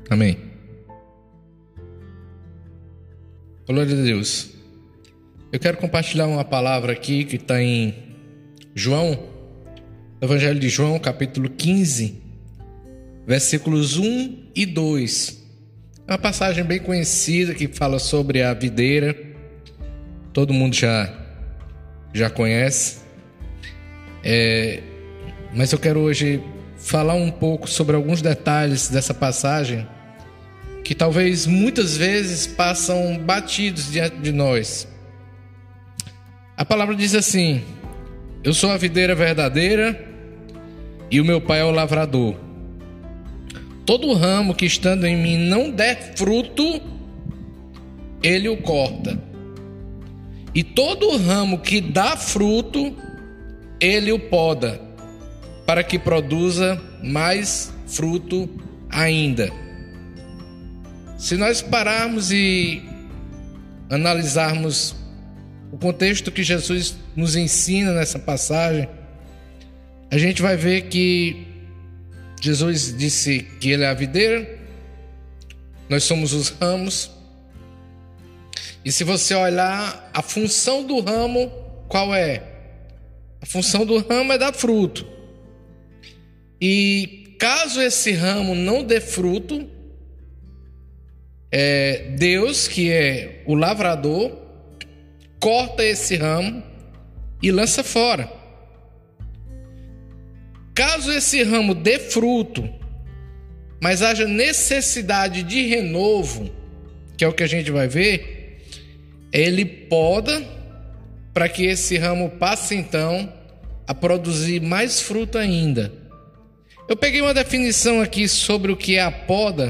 Amém. Glória a Deus. Eu quero compartilhar uma palavra aqui que está em João, Evangelho de João, capítulo 15, versículos 1 e 2. É uma passagem bem conhecida que fala sobre a videira. Todo mundo já conhece. Mas eu quero hoje falar um pouco sobre alguns detalhes dessa passagem que talvez muitas vezes passam batidos diante de nós. A palavra diz assim: eu sou a videira verdadeira e o meu pai é o lavrador. Todo ramo que estando em mim não der fruto, ele o corta. E todo ramo que dá fruto, ele o poda, para que produza mais fruto ainda. Se nós pararmos e analisarmos o contexto que Jesus nos ensina nessa passagem, a gente vai ver que Jesus disse que ele é a videira, nós somos os ramos. E se você olhar a função do ramo, qual é? A função do ramo é dar fruto. E caso esse ramo não dê fruto, Deus, que é o lavrador, corta esse ramo e lança fora. Caso esse ramo dê fruto, mas haja necessidade de renovo, que é o que a gente vai ver, ele poda para que esse ramo passe então a produzir mais fruto ainda. Eu peguei uma definição aqui sobre o que é a poda.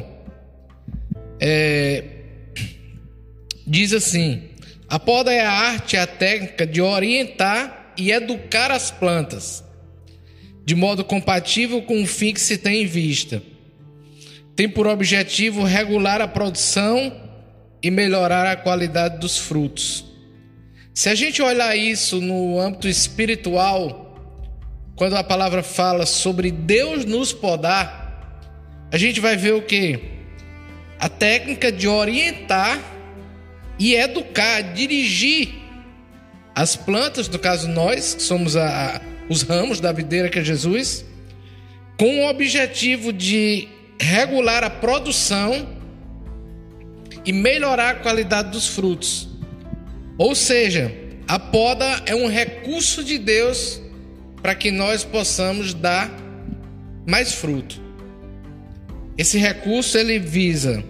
Diz assim: a poda é a arte, a técnica de orientar e educar as plantas de modo compatível com o fim que se tem em vista. Tem por objetivo regular a produção e melhorar a qualidade dos frutos. Se a gente olhar isso no âmbito espiritual, quando a palavra fala sobre Deus nos podar, a gente vai ver o quê? A técnica de orientar e educar, dirigir as plantas, no caso nós, que somos os ramos da videira que é Jesus, com o objetivo de regular a produção e melhorar a qualidade dos frutos. Ou seja, a poda é um recurso de Deus para que nós possamos dar mais fruto. Esse recurso ele visa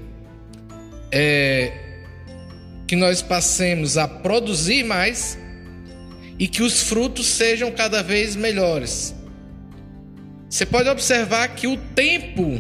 que nós passemos a produzir mais e que os frutos sejam cada vez melhores. Você pode observar que o tempo,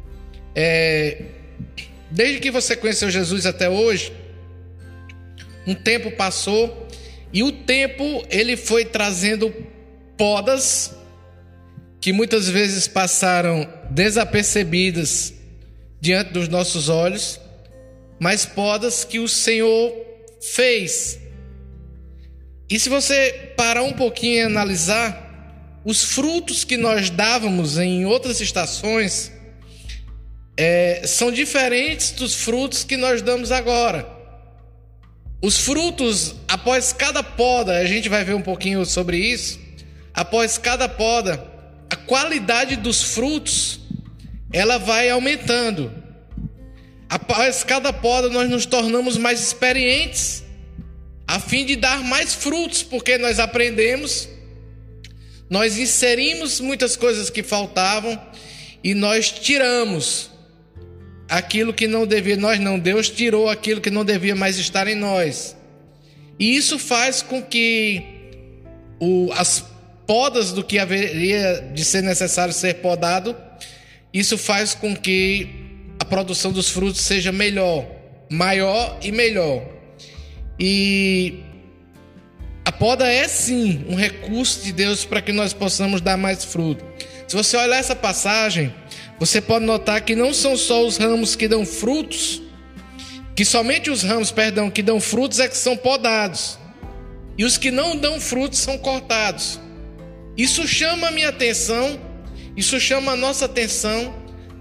desde que você conheceu Jesus até hoje, um tempo passou e o tempo ele foi trazendo podas que muitas vezes passaram desapercebidas diante dos nossos olhos, mas podas que o Senhor fez. E se você parar um pouquinho e analisar, os frutos que nós dávamos em outras estações são diferentes dos frutos que nós damos agora. Os frutos, após cada poda, a gente vai ver um pouquinho sobre isso, após cada poda, a qualidade dos frutos, ela vai aumentando. Após cada poda, nós nos tornamos mais experientes, a fim de dar mais frutos, porque nós aprendemos, nós inserimos muitas coisas que faltavam e nós tiramos aquilo que não devia, Deus tirou aquilo que não devia mais estar em nós. E isso faz com que as podas do que haveria de ser necessário ser podado, isso faz com que a produção dos frutos seja melhor, maior e melhor. E a poda é sim um recurso de Deus para que nós possamos dar mais fruto. Se você olhar essa passagem, você pode notar que não são só os ramos que dão frutos, que somente os ramos, que dão frutos é que são podados, e os que não dão frutos são cortados. Isso chama a minha atenção, isso chama a nossa atenção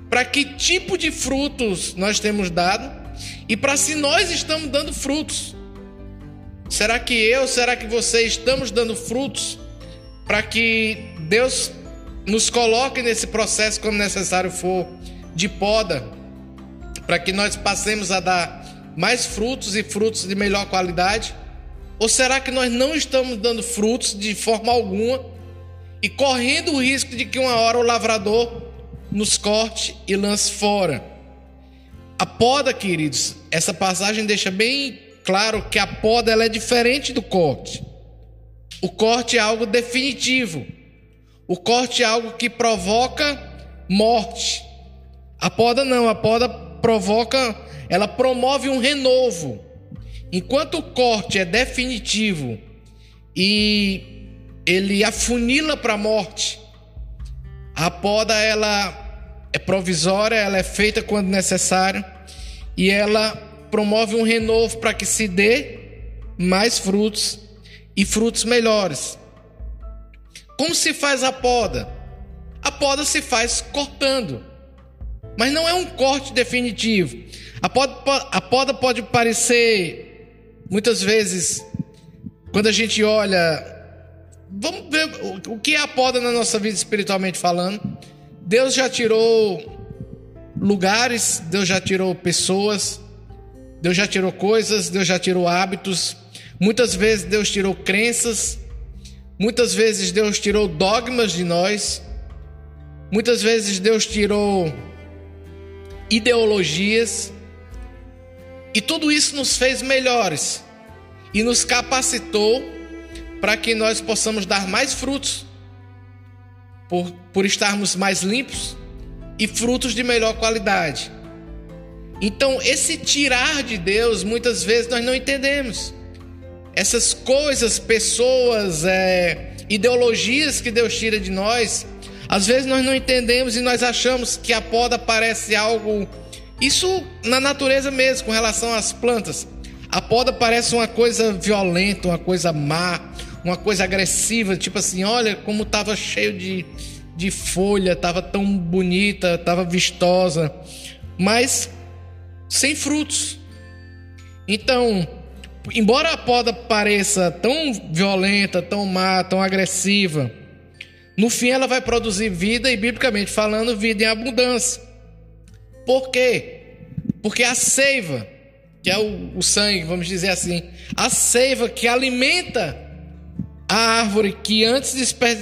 para que tipo de frutos nós temos dado e para se nós estamos dando frutos. Será que você estamos dando frutos para que Deus nos coloque nesse processo, quando necessário for, de poda, para que nós passemos a dar mais frutos e frutos de melhor qualidade? Ou será que nós não estamos dando frutos de forma alguma e correndo o risco de que uma hora o lavrador nos corte e lance fora? A poda, queridos, essa passagem deixa bem claro que a poda ela é diferente do corte. O corte é algo definitivo. O corte é algo que provoca morte. A poda não, a poda ela promove um renovo. Enquanto o corte é definitivo e ele afunila para a morte, a poda ela é provisória, ela é feita quando necessário e ela promove um renovo para que se dê mais frutos e frutos melhores. Como se faz a poda? A poda se faz cortando, mas não é um corte definitivo. A poda pode parecer, muitas vezes, quando a gente olha, vamos ver o que é a poda na nossa vida espiritualmente falando. Deus já tirou lugares, Deus já tirou pessoas, Deus já tirou coisas, Deus já tirou hábitos. Muitas vezes Deus tirou crenças, muitas vezes Deus tirou dogmas de nós, muitas vezes Deus tirou ideologias, e tudo isso nos fez melhores e nos capacitou para que nós possamos dar mais frutos, por estarmos mais limpos e frutos de melhor qualidade. Então, esse tirar de Deus, muitas vezes nós não entendemos. Essas coisas, pessoas, ideologias que Deus tira de nós, às vezes nós não entendemos e nós achamos que a poda parece algo... Isso na natureza mesmo, com relação às plantas. A poda parece uma coisa violenta, uma coisa má, uma coisa agressiva, tipo assim, olha como estava cheio de folha, estava tão bonita, estava vistosa, mas sem frutos. Então, embora a poda pareça tão violenta, tão má, tão agressiva, no fim ela vai produzir vida, e biblicamente falando, vida em abundância. Por quê? Porque a seiva, que é o sangue, vamos dizer assim, a seiva que alimenta a árvore que antes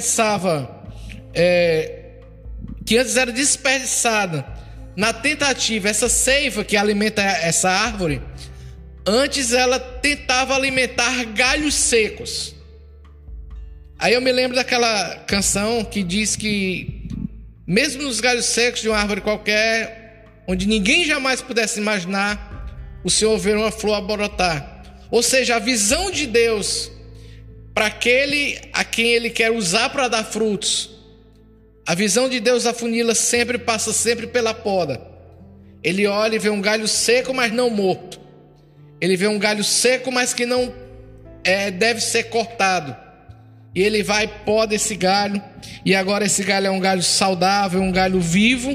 que antes era desperdiçada na tentativa, essa seiva que alimenta essa árvore, antes ela tentava alimentar galhos secos. Aí eu me lembro daquela canção que diz que mesmo nos galhos secos de uma árvore qualquer, onde ninguém jamais pudesse imaginar, o Senhor vê uma flor a brotar. Ou seja, a visão de Deus para aquele a quem Ele quer usar para dar frutos, a visão de Deus afunila sempre, passa sempre pela poda. Ele olha e vê um galho seco, mas não morto. Ele vê um galho seco, mas que não deve ser cortado. E ele vai e poda esse galho. E agora esse galho é um galho saudável, um galho vivo.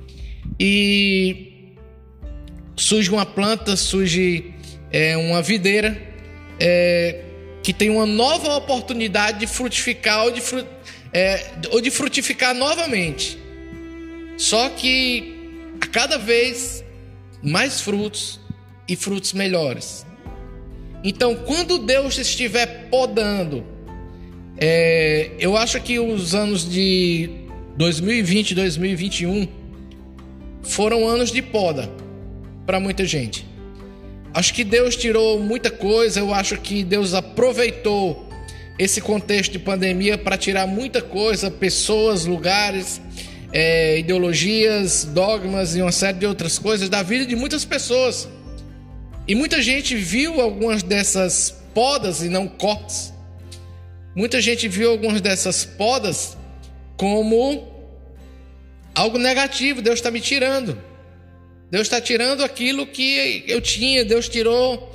E surge uma planta, surge uma videira que tem uma nova oportunidade de frutificar ou de frutificar novamente. Só que a cada vez mais frutos e frutos melhores. Então, quando Deus estiver podando, eu acho que os anos de 2020 e 2021 foram anos de poda para muita gente. Acho que Deus tirou muita coisa. Eu acho que Deus aproveitou esse contexto de pandemia para tirar muita coisa, pessoas, lugares, ideologias, dogmas e uma série de outras coisas da vida de muitas pessoas. E muita gente viu algumas dessas podas e não cortes. Muita gente viu algumas dessas podas como algo negativo. Deus está me tirando. Deus está tirando aquilo que eu tinha. Deus tirou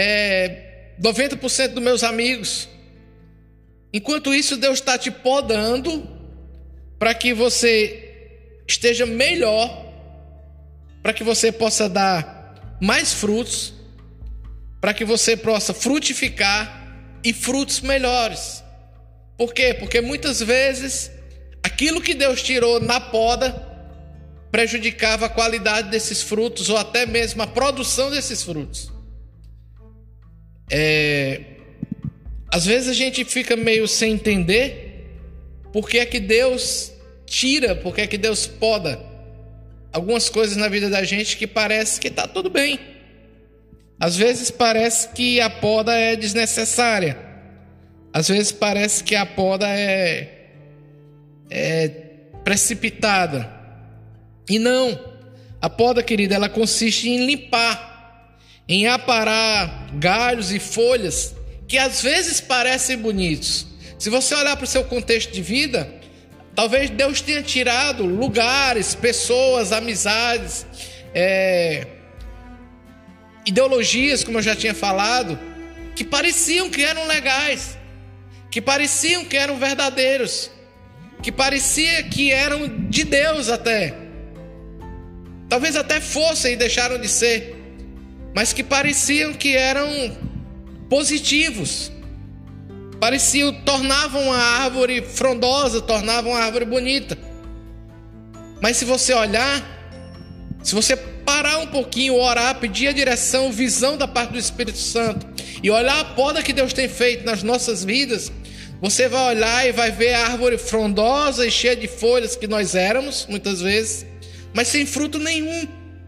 90% dos meus amigos. Enquanto isso, Deus está te podando para que você esteja melhor para que você possa dar mais frutos, para que você possa frutificar e frutos melhores. Por quê? Porque muitas vezes aquilo que Deus tirou na poda prejudicava a qualidade desses frutos ou até mesmo a produção desses frutos. Às vezes a gente fica meio sem entender por que é que Deus tira, por que é que Deus poda algumas coisas na vida da gente que parece que está tudo bem. Às vezes parece que a poda é desnecessária. Às vezes parece que a poda é precipitada. E não. A poda, querida, ela consiste em limpar, em aparar galhos e folhas que às vezes parecem bonitos. Se você olhar para o seu contexto de vida, talvez Deus tenha tirado lugares, pessoas, amizades, ideologias, como eu já tinha falado, que pareciam que eram legais, que pareciam que eram verdadeiros, que parecia que eram de Deus até. Talvez até fossem e deixaram de ser, mas que pareciam que eram positivos. Tornavam a árvore frondosa, tornavam a árvore bonita. Mas se você olhar, se você parar um pouquinho, orar, pedir a direção, visão da parte do Espírito Santo e olhar a poda que Deus tem feito nas nossas vidas, você vai olhar e vai ver a árvore frondosa e cheia de folhas que nós éramos, muitas vezes, mas sem fruto nenhum.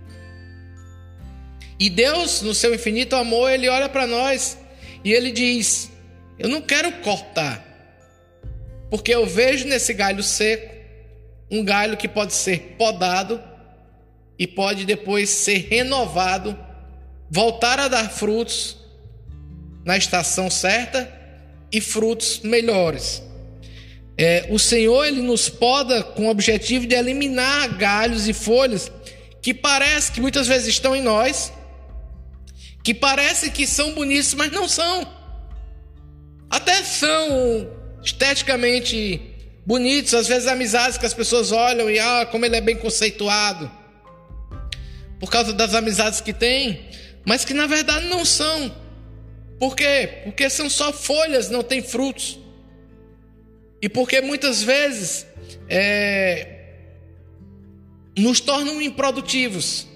E Deus, no seu infinito amor, Ele olha para nós e Ele diz: eu não quero cortar, porque eu vejo nesse galho seco um galho que pode ser podado e pode depois ser renovado, voltar a dar frutos na estação certa e frutos melhores. O Senhor, Ele nos poda com o objetivo de eliminar galhos e folhas que parece que muitas vezes estão em nós, que parece que são bonitos, mas não são. Até são esteticamente bonitos, às vezes amizades que as pessoas olham e como ele é bem conceituado, por causa das amizades que tem, mas que na verdade não são. Por quê? Porque são só folhas, não tem frutos. E porque muitas vezes nos tornam improdutivos.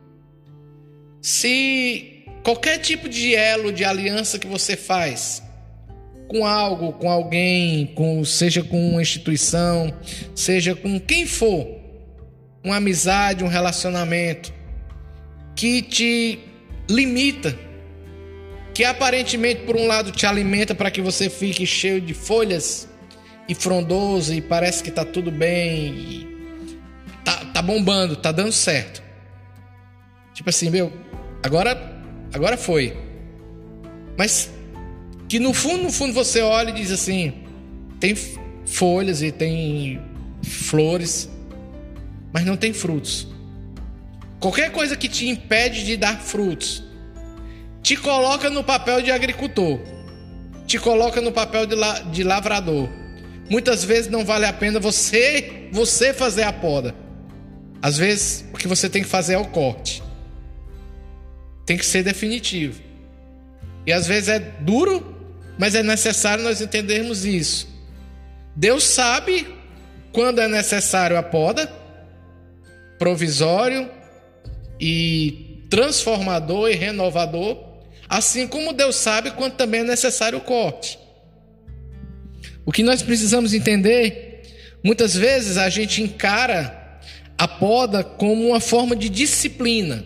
Se qualquer tipo de elo, de aliança que você faz com algo, com alguém, seja com uma instituição, seja com quem for, uma amizade, um relacionamento que te limita, que aparentemente por um lado te alimenta para que você fique cheio de folhas e frondoso e parece que está tudo bem, e tá bombando, tá dando certo. Tipo assim, agora foi. Mas que no fundo você olha e diz assim: tem folhas e tem flores, mas não tem frutos. Qualquer coisa que te impede de dar frutos te coloca no papel de agricultor, te coloca no papel de lavrador. Muitas vezes não vale a pena você fazer a poda. Às vezes o que você tem que fazer é o corte. Tem que ser definitivo. E às vezes é duro, mas é necessário nós entendermos isso. Deus sabe quando é necessário a poda, provisório e transformador e renovador, assim como Deus sabe quando também é necessário o corte. O que nós precisamos entender, muitas vezes a gente encara a poda como uma forma de disciplina.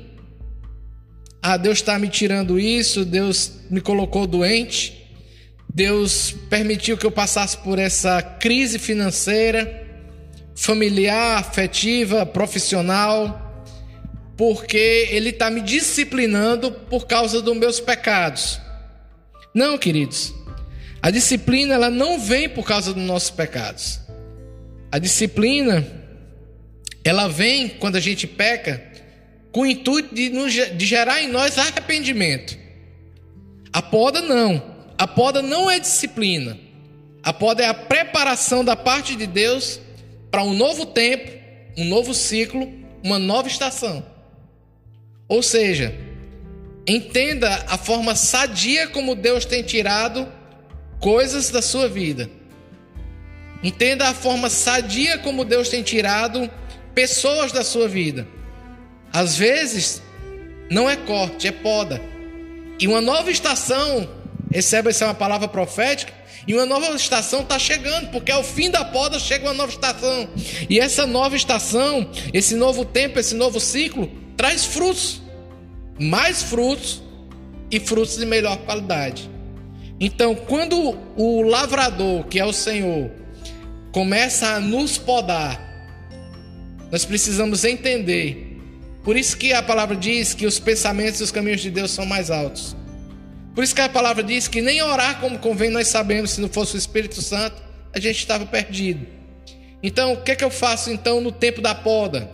Deus está me tirando isso, Deus me colocou doente, Deus permitiu que eu passasse por essa crise financeira, familiar, afetiva, profissional, porque Ele está me disciplinando por causa dos meus pecados. Não, queridos. A disciplina, ela não vem por causa dos nossos pecados. A disciplina, ela vem quando a gente peca com o intuito de gerar em nós arrependimento. A poda não. A poda não é disciplina. A poda é a preparação da parte de Deus para um novo tempo, um novo ciclo, uma nova estação. Ou seja, entenda a forma sadia como Deus tem tirado coisas da sua vida. Entenda a forma sadia como Deus tem tirado pessoas da sua vida. Às vezes, não é corte, é poda. E uma nova estação, receba essa uma palavra profética, e uma nova estação está chegando, porque ao fim da poda chega uma nova estação. E essa nova estação, esse novo tempo, esse novo ciclo, traz frutos. Mais frutos e frutos de melhor qualidade. Então, quando o lavrador, que é o Senhor, começa a nos podar, nós precisamos entender. Por isso que a palavra diz que os pensamentos e os caminhos de Deus são mais altos. Por isso que a palavra diz que nem orar como convém nós sabemos, se não fosse o Espírito Santo, a gente estava perdido. Então, o que é que eu faço então no tempo da poda?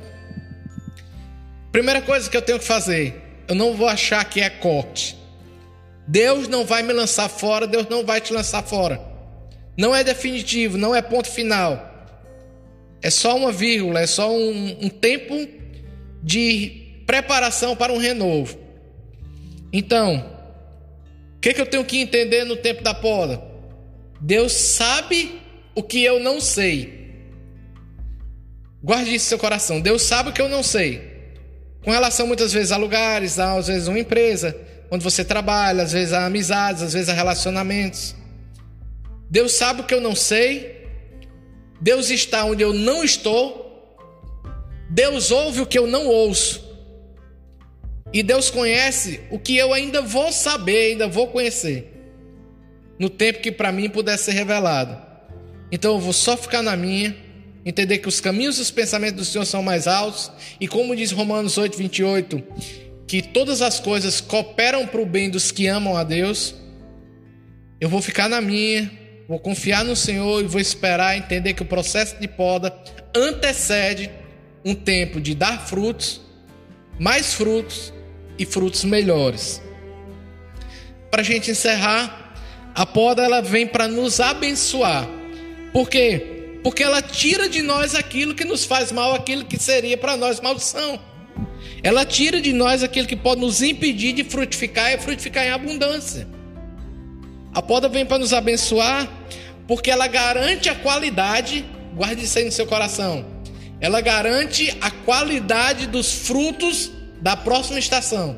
Primeira coisa que eu tenho que fazer, eu não vou achar que é corte. Deus não vai me lançar fora, Deus não vai te lançar fora. Não é definitivo, não é ponto final. É só uma vírgula, é só um tempo de preparação para um renovo. Então, o que eu tenho que entender no tempo da poda? Deus sabe o que eu não sei. Guarde isso no seu coração. Deus sabe o que eu não sei. Com relação muitas vezes a lugares, às vezes a uma empresa, onde você trabalha, às vezes a amizades, às vezes a relacionamentos. Deus sabe o que eu não sei. Deus está onde eu não estou. Deus ouve o que eu não ouço. E Deus conhece o que eu ainda vou saber, ainda vou conhecer, no tempo que para mim puder ser revelado. Então eu vou só ficar na minha, entender que os caminhos e os pensamentos do Senhor são mais altos. E como diz Romanos 8:28, que todas as coisas cooperam para o bem dos que amam a Deus. Eu vou ficar na minha, vou confiar no Senhor e vou esperar, entender que o processo de poda antecede um tempo de dar frutos, mais frutos e frutos melhores. Para a gente encerrar, a poda ela vem para nos abençoar. Por quê? Porque ela tira de nós aquilo que nos faz mal, aquilo que seria para nós maldição. Ela tira de nós aquilo que pode nos impedir de frutificar e frutificar em abundância. A poda vem para nos abençoar porque ela garante a qualidade, guarde isso aí no seu coração. Ela garante a qualidade dos frutos da próxima estação.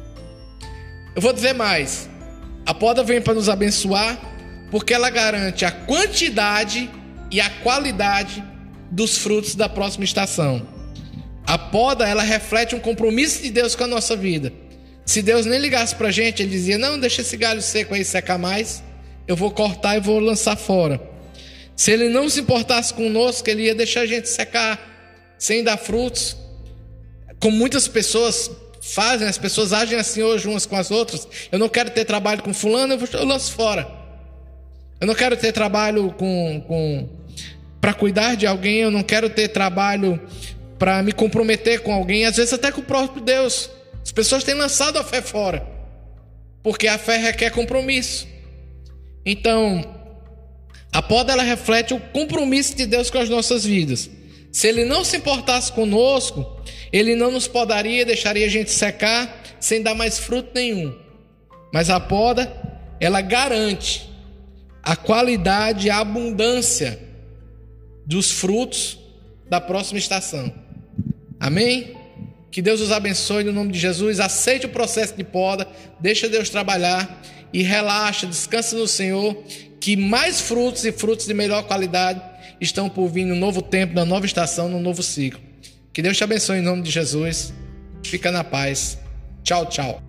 Eu vou dizer mais. A poda vem para nos abençoar porque ela garante a quantidade e a qualidade dos frutos da próxima estação. A poda, ela reflete um compromisso de Deus com a nossa vida. Se Deus nem ligasse para a gente, Ele dizia, não, deixa esse galho seco aí secar mais, eu vou cortar e vou lançar fora. Se Ele não se importasse conosco, Ele ia deixar a gente secar, sem dar frutos. Como muitas pessoas fazem, as pessoas agem assim hoje umas com as outras. Eu não quero ter trabalho com fulano, eu lanço fora. Eu não quero ter trabalho para cuidar de alguém, eu não quero ter trabalho para me comprometer com alguém, às vezes até com o próprio Deus. As pessoas têm lançado a fé fora, porque a fé requer compromisso. Então, a poda ela reflete o compromisso de Deus com as nossas vidas. Se Ele não se importasse conosco, Ele não nos podaria, deixaria a gente secar sem dar mais fruto nenhum. Mas a poda, ela garante a qualidade e a abundância dos frutos da próxima estação. Amém? Que Deus os abençoe no nome de Jesus. Aceite o processo de poda, deixa Deus trabalhar e relaxa, descansa no Senhor, que mais frutos e frutos de melhor qualidade estão por vir no novo tempo, na nova estação, no novo ciclo. Que Deus te abençoe em nome de Jesus. Fica na paz. Tchau, tchau.